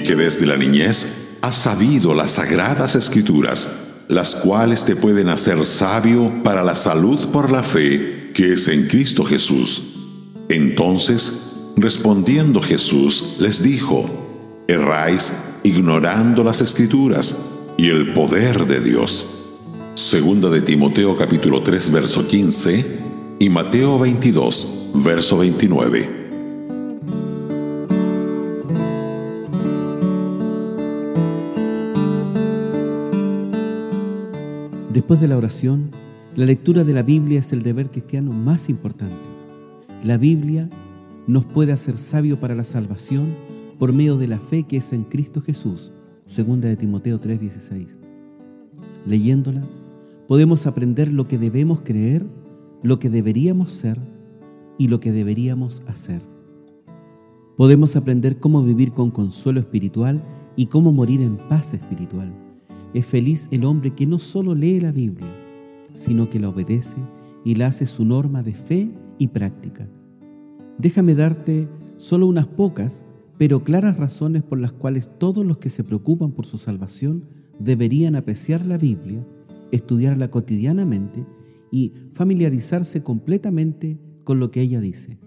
que desde la niñez has sabido las sagradas Escrituras, las cuales te pueden hacer sabio para la salud por la fe que es en Cristo Jesús. Entonces, respondiendo Jesús, les dijo: erráis ignorando las Escrituras y el poder de Dios. Segunda de Timoteo capítulo 3, verso 15 y Mateo 22, verso 29. Después de la oración, la lectura de la Biblia es el deber cristiano más importante. La Biblia nos puede hacer sabio para la salvación por medio de la fe que es en Cristo Jesús. Segunda de Timoteo 3:16. Leyéndola, podemos aprender lo que debemos creer, lo que deberíamos ser y lo que deberíamos hacer. Podemos aprender cómo vivir con consuelo espiritual y cómo morir en paz espiritual. Es feliz el hombre que no solo lee la Biblia, sino que la obedece y la hace su norma de fe y práctica. Déjame darte solo unas pocas, pero claras razones por las cuales todos los que se preocupan por su salvación deberían apreciar la Biblia, estudiarla cotidianamente y familiarizarse completamente con lo que ella dice.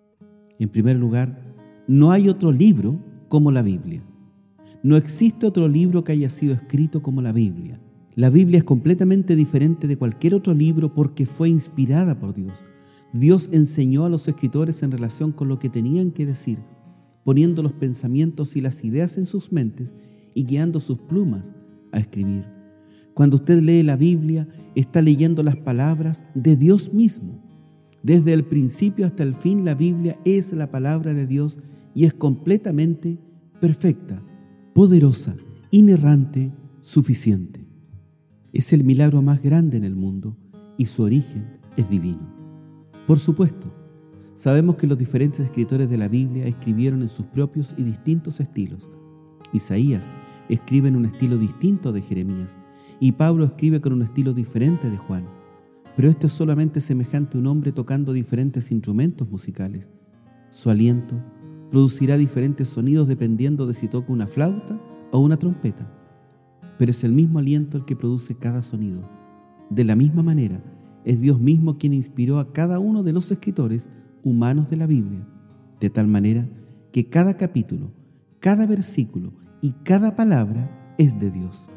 En primer lugar, no hay otro libro como la Biblia. No existe otro libro que haya sido escrito como la Biblia. La Biblia es completamente diferente de cualquier otro libro porque fue inspirada por Dios. Dios enseñó a los escritores en relación con lo que tenían que decir, poniendo los pensamientos y las ideas en sus mentes y guiando sus plumas a escribir. Cuando usted lee la Biblia, está leyendo las palabras de Dios mismo. Desde el principio hasta el fin, la Biblia es la palabra de Dios y es completamente perfecta, poderosa, inerrante, suficiente. Es el milagro más grande en el mundo y su origen es divino. Por supuesto, sabemos que los diferentes escritores de la Biblia escribieron en sus propios y distintos estilos. Isaías escribe en un estilo distinto de Jeremías y Pablo escribe con un estilo diferente de Juan. Pero esto es solamente semejante a un hombre tocando diferentes instrumentos musicales. Su aliento producirá diferentes sonidos dependiendo de si toca una flauta o una trompeta. Pero es el mismo aliento el que produce cada sonido. De la misma manera, es Dios mismo quien inspiró a cada uno de los escritores humanos de la Biblia, de tal manera que cada capítulo, cada versículo y cada palabra es de Dios.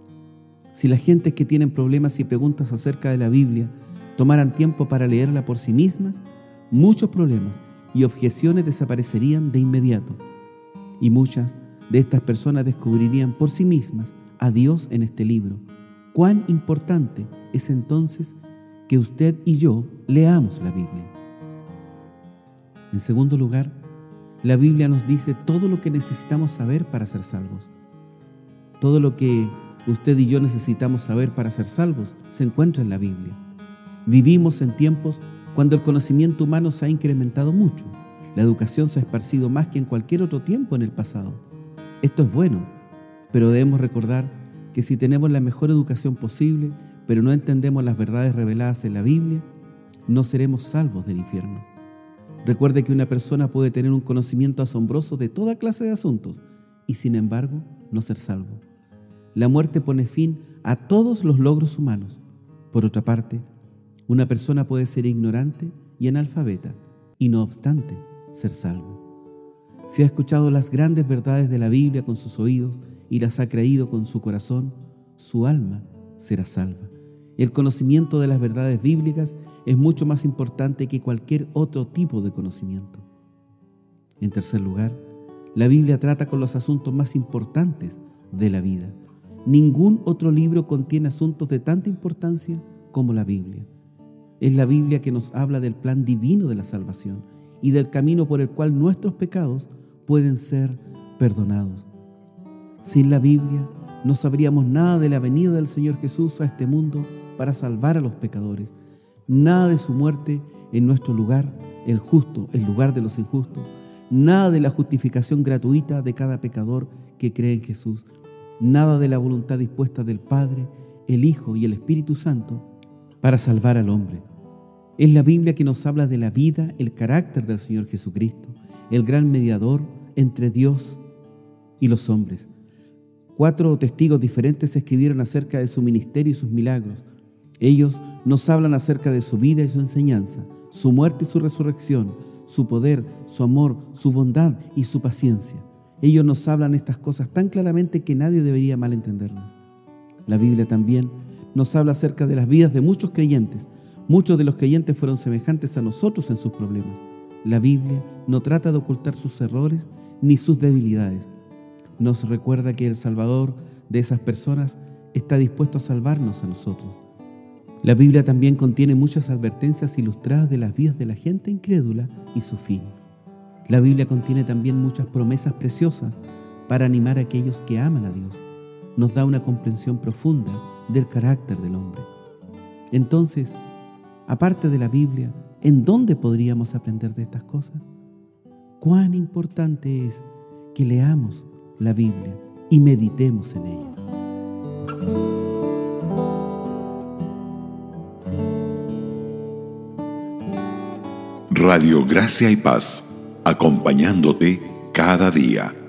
Si las gentes que tienen problemas y preguntas acerca de la Biblia tomaran tiempo para leerla por sí mismas, muchos problemas y objeciones desaparecerían de inmediato. Y muchas de estas personas descubrirían por sí mismas a Dios en este libro. Cuán importante es entonces que usted y yo leamos la Biblia. En segundo lugar, la Biblia nos dice todo lo que necesitamos saber para ser salvos. Todo lo que usted y yo necesitamos saber para ser salvos se encuentra en la Biblia. Vivimos en tiempos cuando el conocimiento humano se ha incrementado mucho. La educación se ha esparcido más que en cualquier otro tiempo en el pasado. Esto es bueno, pero debemos recordar que si tenemos la mejor educación posible, pero no entendemos las verdades reveladas en la Biblia, no seremos salvos del infierno. Recuerde que una persona puede tener un conocimiento asombroso de toda clase de asuntos y, sin embargo, no ser salvo. La muerte pone fin a todos los logros humanos. Por otra parte, una persona puede ser ignorante y analfabeta y, no obstante, ser salvo. Si ha escuchado las grandes verdades de la Biblia con sus oídos y las ha creído con su corazón, su alma será salva. El conocimiento de las verdades bíblicas es mucho más importante que cualquier otro tipo de conocimiento. En tercer lugar, la Biblia trata con los asuntos más importantes de la vida. Ningún otro libro contiene asuntos de tanta importancia como la Biblia. Es la Biblia que nos habla del plan divino de la salvación y del camino por el cual nuestros pecados pueden ser perdonados. Sin la Biblia no sabríamos nada de la venida del Señor Jesús a este mundo para salvar a los pecadores, nada de su muerte en nuestro lugar, el justo en lugar de los injustos, nada de la justificación gratuita de cada pecador que cree en Jesús, nada de la voluntad dispuesta del Padre, el Hijo y el Espíritu Santo para salvar al hombre. Es la Biblia que nos habla de la vida, el carácter del Señor Jesucristo, el gran mediador entre Dios y los hombres. 4 testigos diferentes escribieron acerca de su ministerio y sus milagros. Ellos nos hablan acerca de su vida y su enseñanza, su muerte y su resurrección, su poder, su amor, su bondad y su paciencia. Ellos nos hablan estas cosas tan claramente que nadie debería malentenderlas. La Biblia también nos habla acerca de las vidas de muchos creyentes. Muchos de los creyentes fueron semejantes a nosotros en sus problemas. La Biblia no trata de ocultar sus errores ni sus debilidades. Nos recuerda que el Salvador de esas personas está dispuesto a salvarnos a nosotros. La Biblia también contiene muchas advertencias ilustradas de las vidas de la gente incrédula y su fin. La Biblia contiene también muchas promesas preciosas para animar a aquellos que aman a Dios. Nos da una comprensión profunda del carácter del hombre. Entonces, aparte de la Biblia, ¿en dónde podríamos aprender de estas cosas? Cuán importante es que leamos la Biblia y meditemos en ella. Radio Gracia y Paz, acompañándote cada día.